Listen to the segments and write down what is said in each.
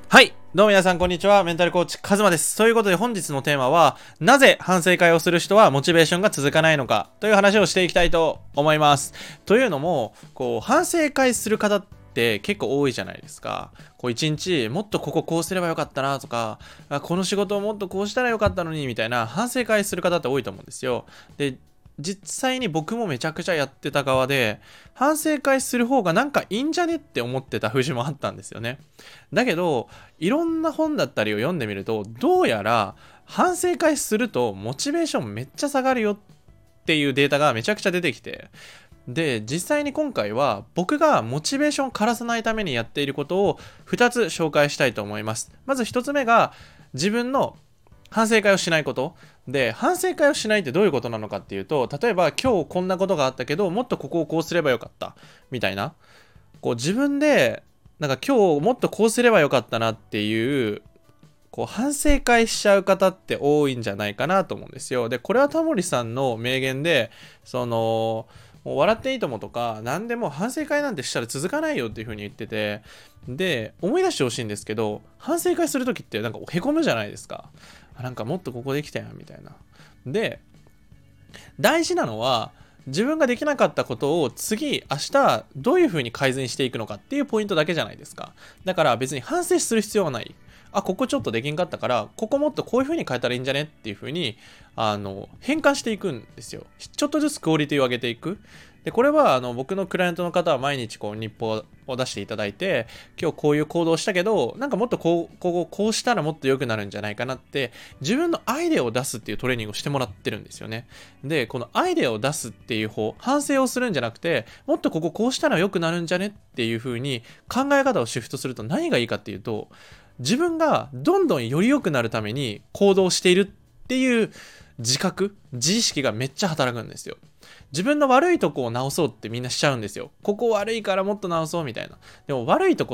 はい。どうも皆さん、こんにちは。メンタルコーチ、カズマです。ということで、本日のテーマは、なぜ反省会をする人はモチベーションが続かないのか、という話をしていきたいと思います。というのも、反省会する方って結構多いじゃないですか。一日、もっとこうすればよかったなとか、この仕事をもっとこうしたらよかったのに、みたいな反省会する方って多いと思うんですよ。で、実際に僕もめちゃくちゃやってた側で、反省会する方がなんかいいんじゃねって思ってた節もあったんですよね。だけど、いろんな本だったりを読んでみると、どうやら反省会するとモチベーションめっちゃ下がるよっていうデータがめちゃくちゃ出てきて、で、実際に今回は僕がモチベーションを枯らさないためにやっていることを2つ紹介したいと思います。まず1つ目が自分の反省会をしないことで、反省会をしないってどういうことなのかっていうと、例えば今日こんなことがあったけど、もっとここをこうすればよかったみたいな、自分でなんか今日もっとこうすればよかったなっていう反省会しちゃう方って多いんじゃないかなと思うんですよ。で、これはタモリさんの名言で、もう笑っていいともとか、何でも反省会なんてしたら続かないよっていう風に言ってて、で、思い出してほしいんですけど、反省会するときってなんかへこむじゃないですか。なんかもっとここできたよみたいな。で、大事なのは、自分ができなかったことを明日どういう風に改善していくのかっていうポイントだけじゃないですか。だから別に反省する必要はない。ここちょっとできんかったから、ここもっとこういう風に変えたらいいんじゃねっていう風に、変換していくんですよ。ちょっとずつクオリティを上げていく。で、これは、僕のクライアントの方は毎日日報を出していただいて、今日こういう行動をしたけど、なんかもっとこうしたらもっと良くなるんじゃないかなって、自分のアイデアを出すっていうトレーニングをしてもらってるんですよね。で、このアイデアを出すっていう方、反省をするんじゃなくて、もっとこうしたら良くなるんじゃねっていう風に考え方をシフトすると何がいいかっていうと、自分がどんどんより良くなるために行動しているっていう自意識がめっちゃ働くんですよ。自分の悪いとこを直そうってみんなしちゃうんですよ。ここ悪いからもっと直そうみたいな。でも悪いとこって、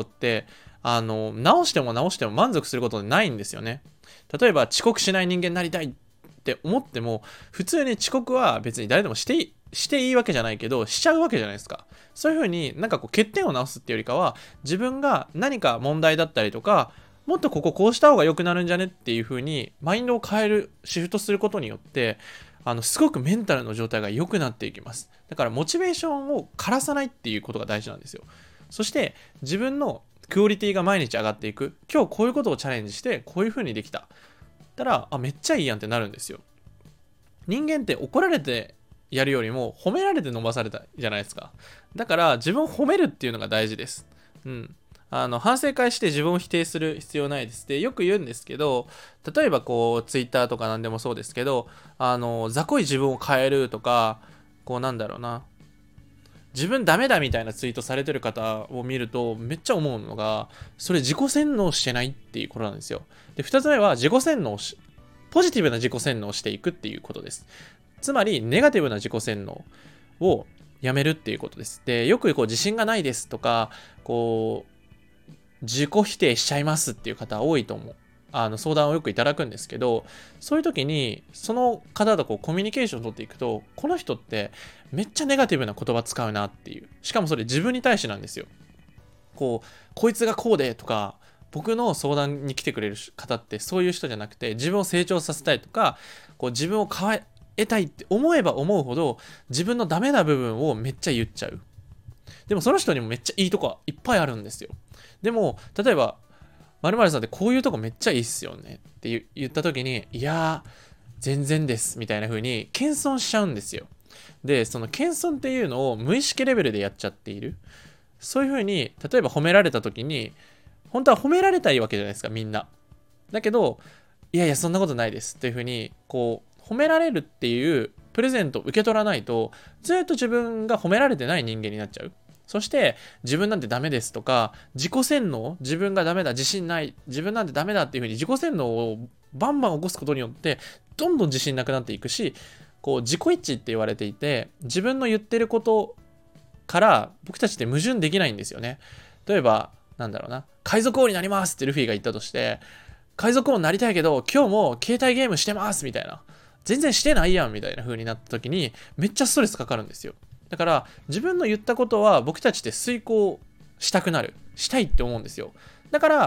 直しても直しても満足することないんですよね。例えば遅刻しない人間になりたいって思っても、普通に遅刻は別に誰でもしていいわけじゃないけど、しちゃうわけじゃないですか。そういう風になんか欠点を直すっていうよりかは、自分が何か問題だったりとか、もっとこうした方が良くなるんじゃねっていう風にマインドを変える、シフトすることによって、すごくメンタルの状態が良くなっていきます。だからモチベーションを枯らさないっていうことが大事なんですよ。そして自分のクオリティが毎日上がっていく。今日こういうことをチャレンジしてこういう風にできた。たら、めっちゃいいやんってなるんですよ。人間って怒られてやるよりも褒められて伸ばされたじゃないですか。だから自分を褒めるっていうのが大事です。うん。反省会して自分を否定する必要ないですってよく言うんですけど、例えばツイッターとかなんでもそうですけど、雑魚い自分を変えるとか、なんだろうな、自分ダメだみたいなツイートされてる方を見るとめっちゃ思うのが、それ自己洗脳してないっていうことなんですよ。で、二つ目はポジティブな自己洗脳をしていくっていうことです。つまり、ネガティブな自己洗脳をやめるっていうことです。で、よく自信がないですとか、自己否定しちゃいますっていう方多いと思う。相談をよくいただくんですけど、そういう時に、その方とコミュニケーションを取っていくと、この人ってめっちゃネガティブな言葉使うなっていう。しかもそれ自分に対してなんですよ。こいつがこうでとか、僕の相談に来てくれる方ってそういう人じゃなくて、自分を成長させたいとか、自分を変えたいって思えば思うほど、自分のダメな部分をめっちゃ言っちゃう。でもその人にもめっちゃいいとこはいっぱいあるんですよ。でも、例えば、〇〇さんってこういうとこめっちゃいいっすよねって言った時に、いやー、全然ですみたいな風に謙遜しちゃうんですよ。で、その謙遜っていうのを無意識レベルでやっちゃっている。そういう風に、例えば褒められた時に、本当は褒められたいわけじゃないですか、みんな。だけど、いやいや、そんなことないですっていう風に、褒められるっていうプレゼントを受け取らないと、ずっと自分が褒められてない人間になっちゃう。そして、自分なんてダメですとか、自己洗脳、自分がダメだ、自信ない、自分なんてダメだっていう風に自己洗脳をバンバン起こすことによって、どんどん自信なくなっていくし、自己一致って言われていて、自分の言ってることから僕たちって矛盾できないんですよね。例えば、なんだろうな、海賊王になりますってルフィが言ったとして、海賊王になりたいけど、今日も携帯ゲームしてますみたいな。全然してないやんみたいな風になった時に、めっちゃストレスかかるんですよ。だから自分の言ったことは僕たちって遂行したいって思うんですよ。だから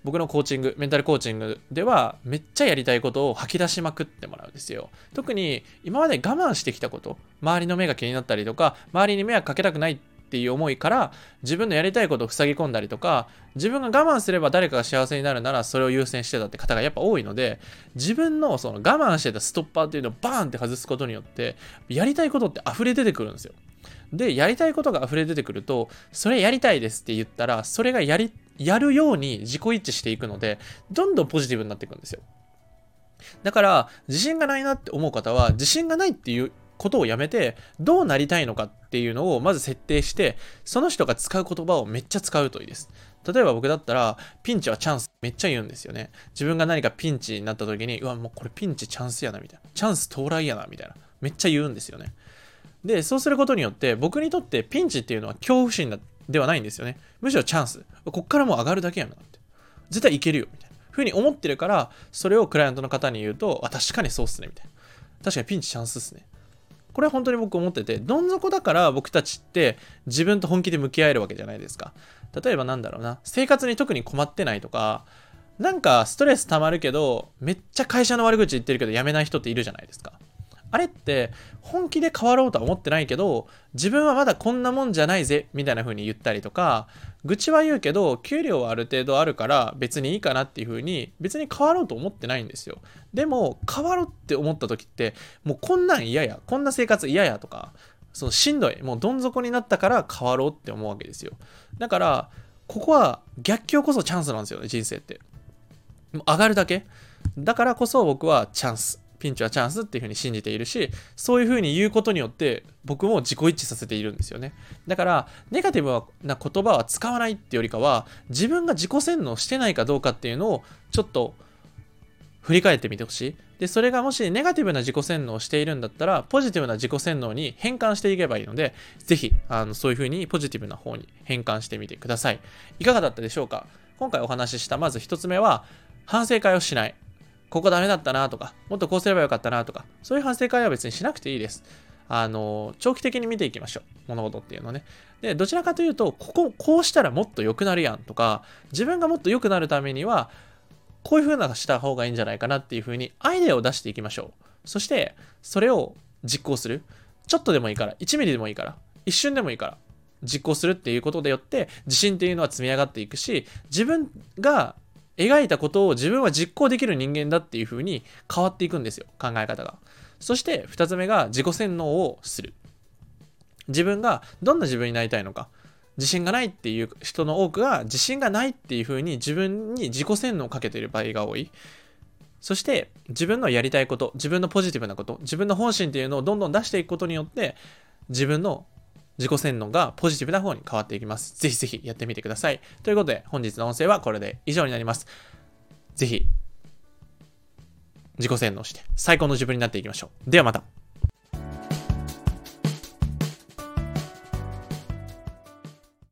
僕のコーチング、メンタルコーチングではめっちゃやりたいことを吐き出しまくってもらうんですよ。特に今まで我慢してきたこと、周りの目が気になったりとか、周りに迷惑かけたくないっていう思いから自分のやりたいことを塞ぎ込んだりとか、自分が我慢すれば誰かが幸せになるならそれを優先してたって方がやっぱ多いので、自分のその我慢してたストッパーっていうのをバーンって外すことによってやりたいことって溢れ出てくるんですよ。で、やりたいことが溢れ出てくると、それやりたいですって言ったら、それがやるように自己一致していくので、どんどんポジティブになっていくんですよ。だから、自信がないなって思う方は、自信がないっていうことをやめて、どうなりたいのかっていうのをまず設定して、その人が使う言葉をめっちゃ使うといいです。例えば僕だったら、ピンチはチャンスめっちゃ言うんですよね。自分が何かピンチになった時に、うわ、もうこれピンチチャンスやなみたいな。チャンス到来やなみたいな。めっちゃ言うんですよね。で、そうすることによって、僕にとってピンチっていうのは恐怖心ではないんですよね。むしろチャンス。こっからもう上がるだけやなって。絶対いけるよみたいな。ふうに思ってるから、それをクライアントの方に言うと、確かにそうっすねみたいな。確かにピンチチャンスっすね。これは本当に僕思ってて、どん底だから僕たちって自分と本気で向き合えるわけじゃないですか。例えばなんだろうな、生活に特に困ってないとか、なんかストレス溜まるけど、めっちゃ会社の悪口言ってるけど辞めない人っているじゃないですか。あれって本気で変わろうとは思ってないけど、自分はまだこんなもんじゃないぜみたいな風に言ったりとか、愚痴は言うけど給料はある程度あるから別にいいかなっていう風に別に変わろうと思ってないんですよ。でも変わろうって思った時って、もうこんなん嫌や、こんな生活嫌やとか、そのしんどい、もうどん底になったから変わろうって思うわけですよ。だからここは逆境こそチャンスなんですよね、人生って。もう上がるだけ。だからこそ僕はチャンス。ピンチはチャンスっていう風に信じているし、そういう風に言うことによって僕も自己一致させているんですよね。だからネガティブな言葉は使わないってよりかは、自分が自己洗脳してないかどうかっていうのをちょっと振り返ってみてほしい。で、それがもしネガティブな自己洗脳をしているんだったら、ポジティブな自己洗脳に変換していけばいいので、ぜひそういう風にポジティブな方に変換してみてください。いかがだったでしょうか。今回お話ししたまず一つ目は、反省会をしない。ここダメだったなとか、もっとこうすればよかったなとか、そういう反省会は別にしなくていいです。長期的に見ていきましょう。物事っていうのね。で、どちらかというと、こうしたらもっと良くなるやんとか、自分がもっと良くなるためには、こういう風なした方がいいんじゃないかなっていう風にアイデアを出していきましょう。そして、それを実行する。ちょっとでもいいから、1ミリでもいいから、一瞬でもいいから、実行するっていうことでよって、自信っていうのは積み上がっていくし、自分が描いたことを自分は実行できる人間だっていう風に変わっていくんですよ、考え方が。そして2つ目が自己洗脳をする。自分がどんな自分になりたいのか。自信がないっていう人の多くが自信がないっていう風に自分に自己洗脳をかけている場合が多い。そして自分のやりたいこと、自分のポジティブなこと、自分の本心っていうのをどんどん出していくことによって自分の自己洗脳がポジティブな方に変わっていきます。ぜひぜひやってみてください。ということで本日の音声はこれで以上になります。ぜひ自己洗脳して最高の自分になっていきましょう。ではまた。